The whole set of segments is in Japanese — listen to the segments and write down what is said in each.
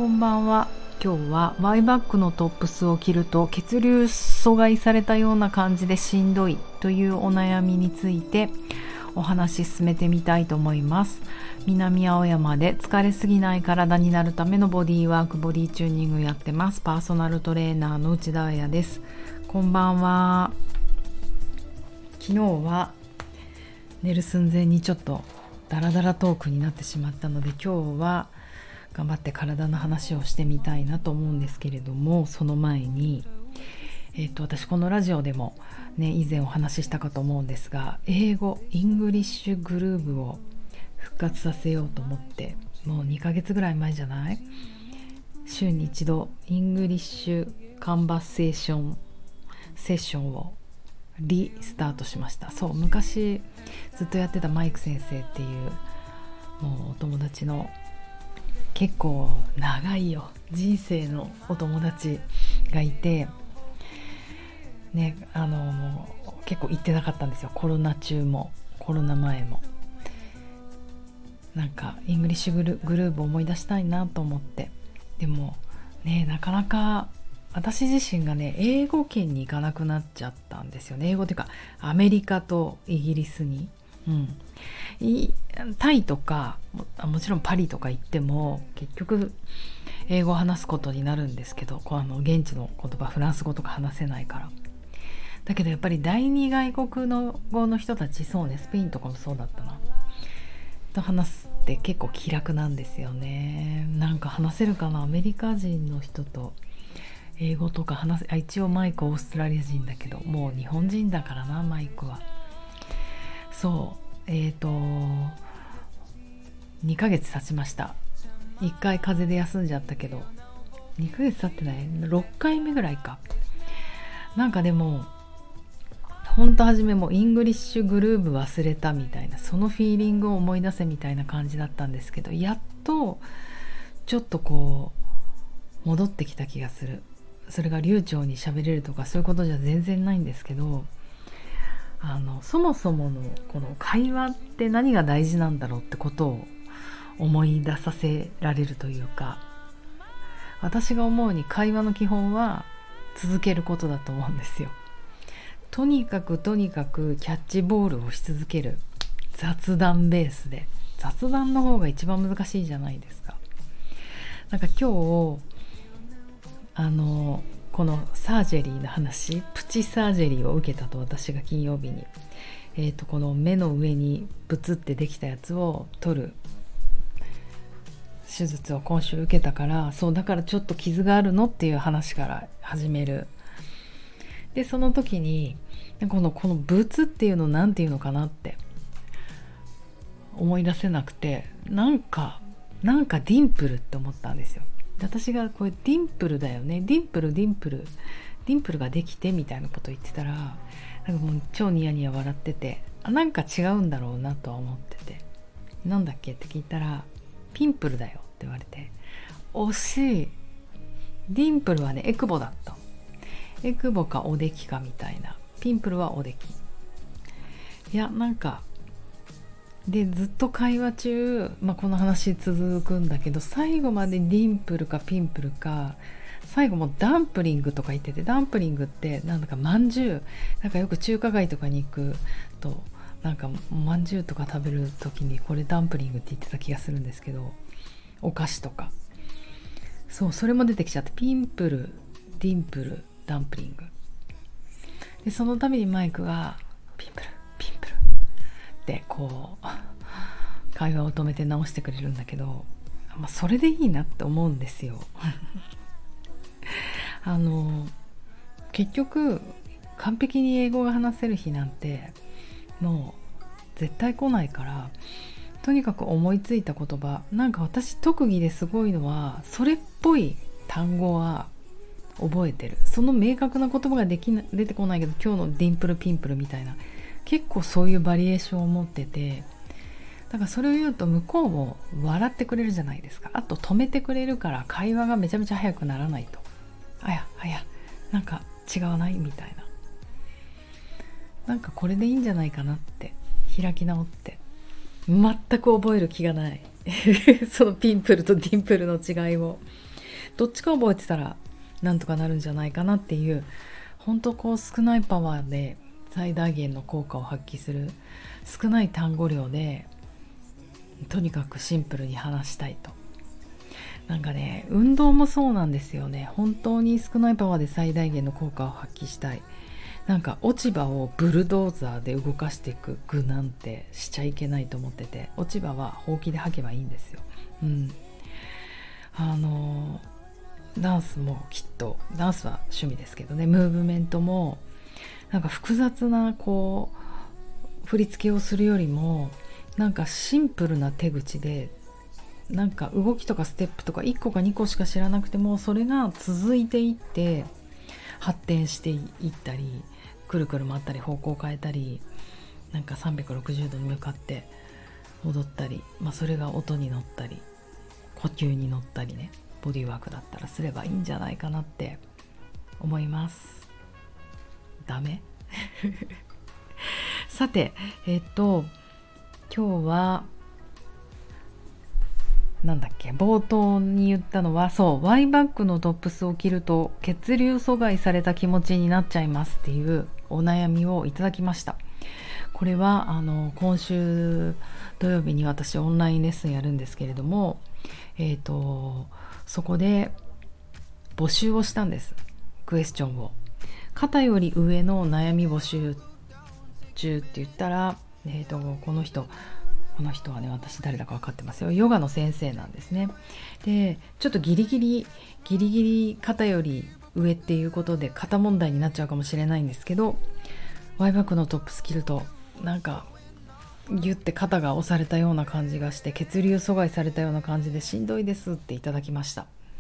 んばんは。今日は Y バッグのトップスを着ると血流阻害されたような感じでしんどいというお悩みについてお話し進めてみたいと思います。南青山で疲れすぎない体になるためのボディワーク、ボディチューニングやってます。パーソナルトレーナーの内田彩です。こんばんは。昨日は寝る寸前にちょっとダラダラトークになってしまったので、今日は頑張って体の話をしてみたいなと思うんですけれども、その前に、私このラジオでもね以前お話ししたかと思うんですが、英語イングリッシュグルーヴを復活させようと思って、もう2ヶ月ぐらい前じゃない？週に一度イングリッシュカンバッセーションセッションをリスタートしました。そう、昔ずっとやってたマイク先生っていうもうお友達の結構長いよ人生のお友達がいてね、もう結構行ってなかったんですよ。コロナ中もコロナ前も。なんかイングリッシュグルーヴを思い出したいなと思って、でもねなかなか私自身がね英語圏に行かなくなっちゃったんですよね。英語というかアメリカとイギリスに、タイとか もちろんパリとか行っても結局英語を話すことになるんですけど、現地の言葉フランス語とか話せないから。だけどやっぱり第二外国の語の人たち、そうね、スペインとかもそうだったなと話すって結構気楽なんですよね。なんか話せるかな、アメリカ人の人と英語とか話せ、一応マイクオーストラリア人だけどもう日本人だからな、マイクは。そう2ヶ月経ちました。1回風邪で休んじゃったけど2ヶ月経ってない、6回目ぐらいか。なんかでもほんと初めもイングリッシュグルーヴ忘れたみたいな、そのフィーリングを思い出せみたいな感じだったんですけど、やっとちょっとこう戻ってきた気がする。それが流暢に喋れるとかそういうことじゃ全然ないんですけど、そもそものこの会話って何が大事なんだろうってことを思い出させられるというか、私が思うに会話の基本は続けることだと思うんですよ。とにかくキャッチボールをし続ける。雑談ベースで、雑談の方が一番難しいじゃないですか。なんか今日このサージェリーの話、プチサージェリーを受けたと、私が金曜日にこの目の上にブツってできたやつを取る手術を今週受けたから、そうだからちょっと傷があるのっていう話から始める。でその時にこのブツっていうのなんていうのかなって思い出せなくて、なんかディンプルって思ったんですよ。私がこれディンプルだよね、ディンプルができてみたいなこと言ってたら、なんかもう超ニヤニヤ笑ってて、なんか違うんだろうなとは思ってて、なんだっけって聞いたらピンプルだよって言われて、惜しい。ディンプルはねエクボだった。エクボかおできかみたいな、ピンプルはおでき。いやなんかでずっと会話中、この話続くんだけど、最後までディンプルかピンプルか、最後もダンプリングとか言ってて、ダンプリングってなんだかまんじゅう、なんかよく中華街とかに行くとなんかまんじゅうとか食べる時にこれダンプリングって言ってた気がするんですけど、お菓子とか、そうそれも出てきちゃって、ピンプル、ディンプル、ダンプリングで、そのためにマイクがピンプルでこう会話を止めて直してくれるんだけど、それでいいなって思うんですよ結局完璧に英語が話せる日なんてもう絶対来ないから、とにかく思いついた言葉、なんか私特技ですごいのはそれっぽい単語は覚えてる。その明確な言葉が出てこないけど、今日のディンプルピンプルみたいな結構そういうバリエーションを持ってて、だからそれを言うと向こうも笑ってくれるじゃないですか。あと止めてくれるから会話がめちゃめちゃ早くならないと、なんか違わないみたいな、なんかこれでいいんじゃないかなって開き直って、全く覚える気がないそのピンプルとディンプルの違いを。 どっちか覚えてたらなんとかなるんじゃないかなっていう、本当こう少ないパワーで最大限の効果を発揮する、少ない単語量でとにかくシンプルに話したいと。なんかね、運動もそうなんですよね。本当に少ないパワーで最大限の効果を発揮したい。なんか落ち葉をブルドーザーで動かしていく具なんてしちゃいけないと思ってて、落ち葉はほうきで吐けばいいんですよ。ダンスもきっと、ダンスは趣味ですけどね、ムーブメントもなんか複雑なこう振り付けをするよりも、なんかシンプルな手口で、なんか動きとかステップとか1個か2個しか知らなくても、それが続いていって発展していったり、くるくる回ったり方向を変えたり、なんか360度に向かって踊ったり、それが音に乗ったり呼吸に乗ったりね、ボディーワークだったらすればいいんじゃないかなって思います。ダメさて、今日はなんだっけ、冒頭に言ったのは、そう、Y バックのトップスを着ると血流阻害された気持ちになっちゃいますっていうお悩みをいただきました。これは今週土曜日に私オンラインレッスンやるんですけれども、そこで募集をしたんです。クエスチョンを、肩より上の悩み募集中って言ったら、この人はね、私誰だか分かってますよ。ヨガの先生なんですね。で、ちょっとギリギリ肩より上っていうことで肩問題になっちゃうかもしれないんですけど、ワイバックのトップス着るとなんかギュッて肩が押されたような感じがして、血流阻害されたような感じでしんどいですっていただきました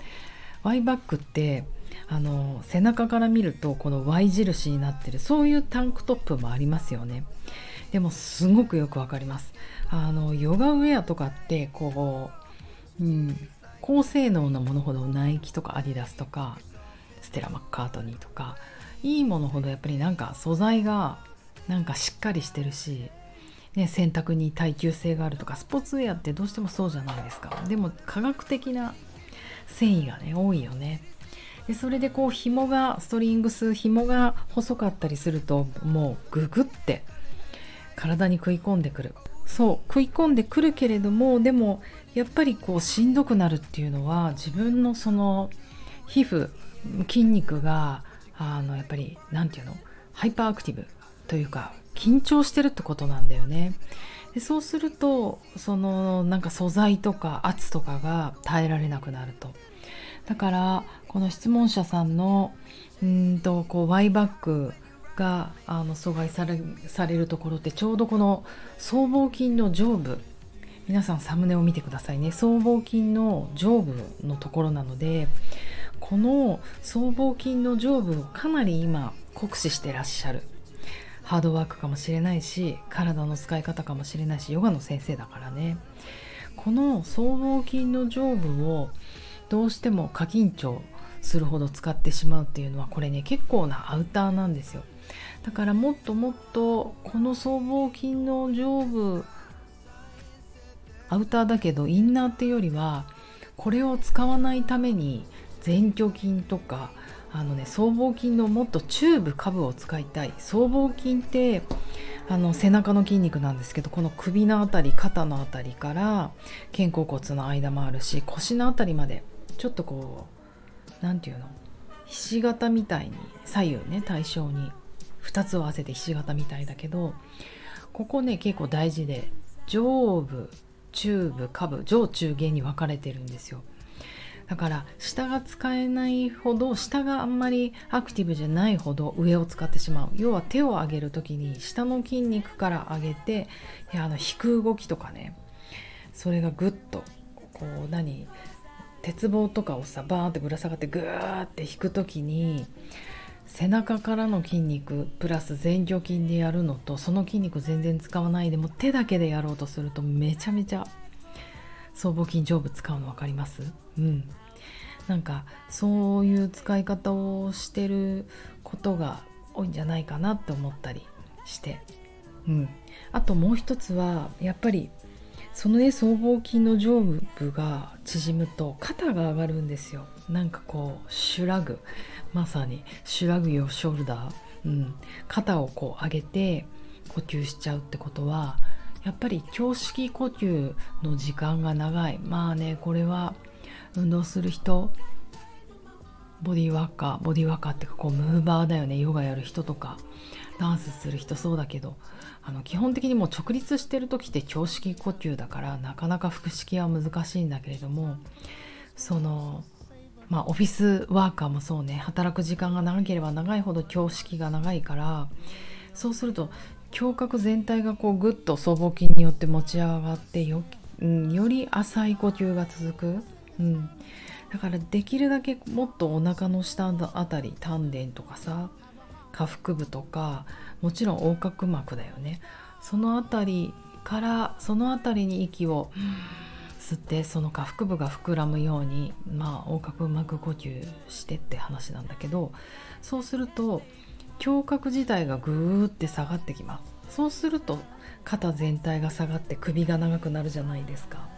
。Y バックって背中から見るとこの Y 印になってる、そういうタンクトップもありますよね。でもすごくよくわかります。ヨガウェアとかってこう、高性能なものほどナイキとかアディダスとかステラマッカートニーとかいいものほどやっぱりなんか素材がなんかしっかりしてるし、洗濯に耐久性があるとか、スポーツウェアってどうしてもそうじゃないですか。でも科学的な繊維がね多いよね。でそれでこうストリングス紐が細かったりすると、もうググって体に食い込んでくる。そう食い込んでくるけれども、でもやっぱりこうしんどくなるっていうのは、自分のその皮膚筋肉がやっぱりなんていうの、ハイパーアクティブというか緊張してるってことなんだよね。でそうするとなんか素材とか圧とかが耐えられなくなると。だからこの質問者さんのこう Y バックが阻害されるところって、ちょうどこの僧帽筋の上部、皆さんサムネを見てくださいね。僧帽筋の上部のところなので、この僧帽筋の上部をかなり今酷使してらっしゃる。ハードワークかもしれないし、体の使い方かもしれないし、ヨガの先生だからね。この僧帽筋の上部をどうしても過緊張するほど使ってしまうっていうのは、これね結構なアウターなんですよ。だからもっともっとこの僧帽筋の上部、アウターだけどインナーっていうよりは、これを使わないために前鋸筋とか僧帽筋のもっと中部下部を使いたい。僧帽筋って背中の筋肉なんですけど、この首のあたり、肩のあたりから肩甲骨の間もあるし、腰のあたりまでちょっとこうなんていうの、ひし形みたいに左右ね、対称に2つを合わせてひし形みたいだけど、ここね結構大事で、上部、中部、下部、上中下に分かれてるんですよ。だから下が使えないほど、下があんまりアクティブじゃないほど上を使ってしまう。要は手を上げるときに下の筋肉から上げて、引く動きとかね、それがグッとこう鉄棒とかをさバーンってぶら下がってグーって引くときに、背中からの筋肉プラス前鋸筋でやるのと、その筋肉全然使わないでも手だけでやろうとすると、めちゃめちゃ僧帽筋上部使うの分かります？なんかそういう使い方をしてることが多いんじゃないかなって思ったりして、あともう一つはやっぱりそのね僧帽筋の上部が縮むと肩が上がるんですよ。なんかこうシュラグ、まさにシュラグよショルダー、肩をこう上げて呼吸しちゃうってことは、やっぱり胸式呼吸の時間が長い。まあね、これは運動する人、ボディワーカーっていうかこうムーバーだよね。ヨガやる人とかダンスする人そうだけど、基本的にもう直立してる時って胸式呼吸だから、なかなか腹式は難しいんだけれども、オフィスワーカーもそうね、働く時間が長ければ長いほど胸式が長いから、そうすると胸郭全体がこうぐっと僧帽筋によって持ち上がってより浅い呼吸が続く、だからできるだけもっとお腹の下あたり、丹田とかさ、下腹部とか、もちろん横隔膜だよね。そのあたりに息を吸って、その下腹部が膨らむように、横隔膜呼吸してって話なんだけど、そうすると胸郭自体がぐーって下がってきます。そうすると肩全体が下がって首が長くなるじゃないですか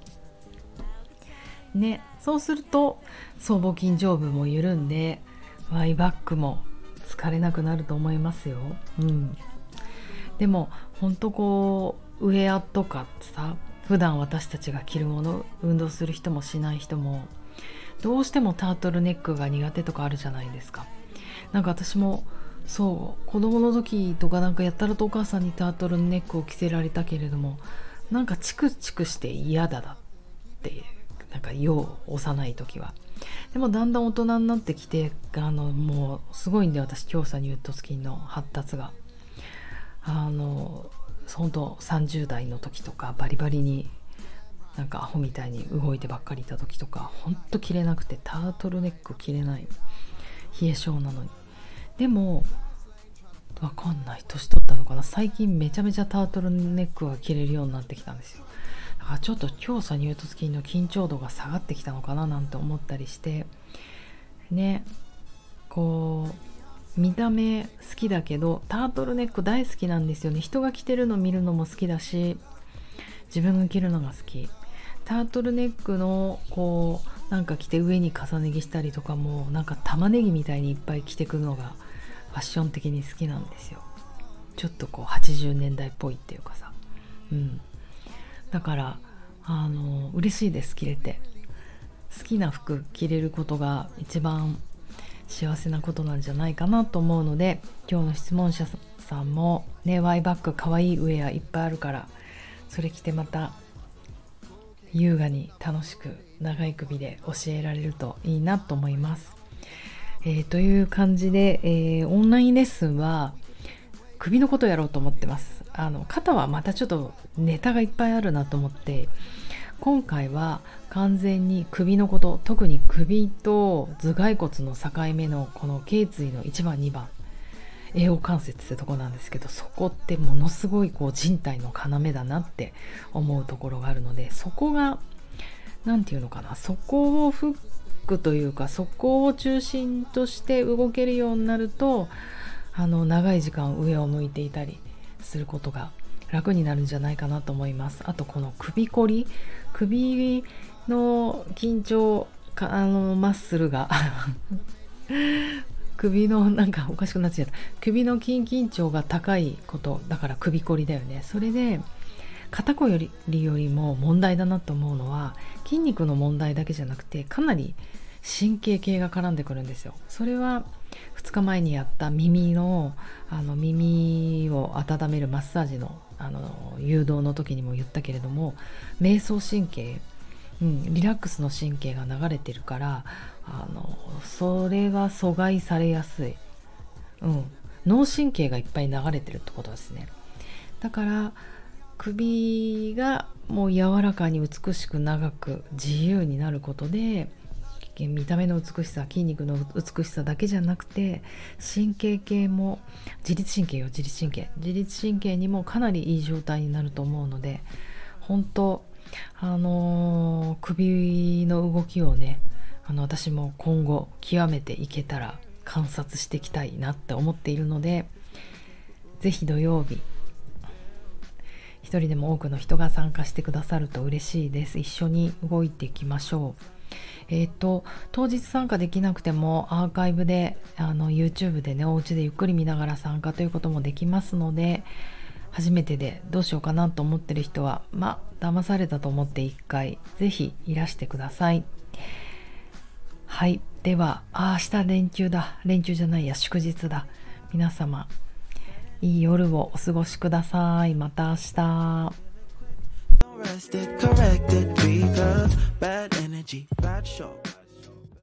ね。そうすると僧帽筋上部も緩んで、ワイバックも疲れなくなると思いますよ。でもほんとこうウェアとかさ、普段私たちが着るもの、運動する人もしない人もどうしてもタートルネックが苦手とかあるじゃないですか。なんか私もそう子供の時とか、なんかやったらとお母さんにタートルネックを着せられたけれども、なんかチクチクして嫌だってなんか幼い時は。でもだんだん大人になってきて、もうすごいんで、私胸鎖乳突筋の発達が本当30代の時とか、バリバリになんかアホみたいに動いてばっかりいた時とか、ほんと着れなくて、タートルネック着れない、冷え性なのに。でもわかんない、年取ったのかな、最近めちゃめちゃタートルネックが着れるようになってきたんですよ。だからちょっと胸鎖乳突筋の緊張度が下がってきたのかななんて思ったりしてね。こう見た目好きだけどタートルネック大好きなんですよね。人が着てるの見るのも好きだし、自分が着るのが好き。タートルネックのこうなんか着て上に重ね着したりとかも、なんか玉ねぎみたいにいっぱい着てくるのがファッション的に好きなんですよ。ちょっとこう80年代っぽいっていうかさ、だから嬉しいです。着れて好きな服着れることが一番幸せなことなんじゃないかなと思うので、今日の質問者さんもね、ワイバッグかわいいウェアいっぱいあるから、それ着てまた優雅に楽しく長い首で教えられるといいなと思います。という感じで、オンラインレッスンは首のことをやろうと思ってます。肩はまたちょっとネタがいっぱいあるなと思って、今回は完全に首のこと、特に首と頭蓋骨の境目のこの頸椎の1番2番栄養関節ってとこなんですけど、そこってものすごいこう人体の要だなって思うところがあるので、そこがなんていうのかな、そこをフックというか、そこを中心として動けるようになると、長い時間上を向いていたりすることが楽になるんじゃないかなと思います。あとこの首こり、首の緊張マッスルが首のなんかおかしくなっちゃった、首の筋緊張が高いことだから首こりだよね。それで肩こりよりも問題だなと思うのは、筋肉の問題だけじゃなくて、かなり神経系が絡んでくるんですよ。それは2日前にやった耳を温めるマッサージの誘導の時にも言ったけれども、瞑想神経、リラックスの神経が流れてるから、それが阻害されやすい、脳神経がいっぱい流れてるってことですね。だから首がもう柔らかに美しく長く自由になることで、見た目の美しさ、筋肉の美しさだけじゃなくて、神経系も自律神経にもかなりいい状態になると思うので、本当首の動きをね、私も今後極めていけたら観察していきたいなって思っているので、ぜひ土曜日一人でも多くの人が参加してくださると嬉しいです。一緒に動いていきましょう。当日参加できなくてもアーカイブでYouTube でね、お家でゆっくり見ながら参加ということもできますので、初めてでどうしようかなと思ってる人は騙されたと思って一回ぜひいらしてください。はい、では明日連休じゃないや、祝日だ。皆様いい夜をお過ごしください。また明日。 Arrested, corrected, because bad energy, bad show.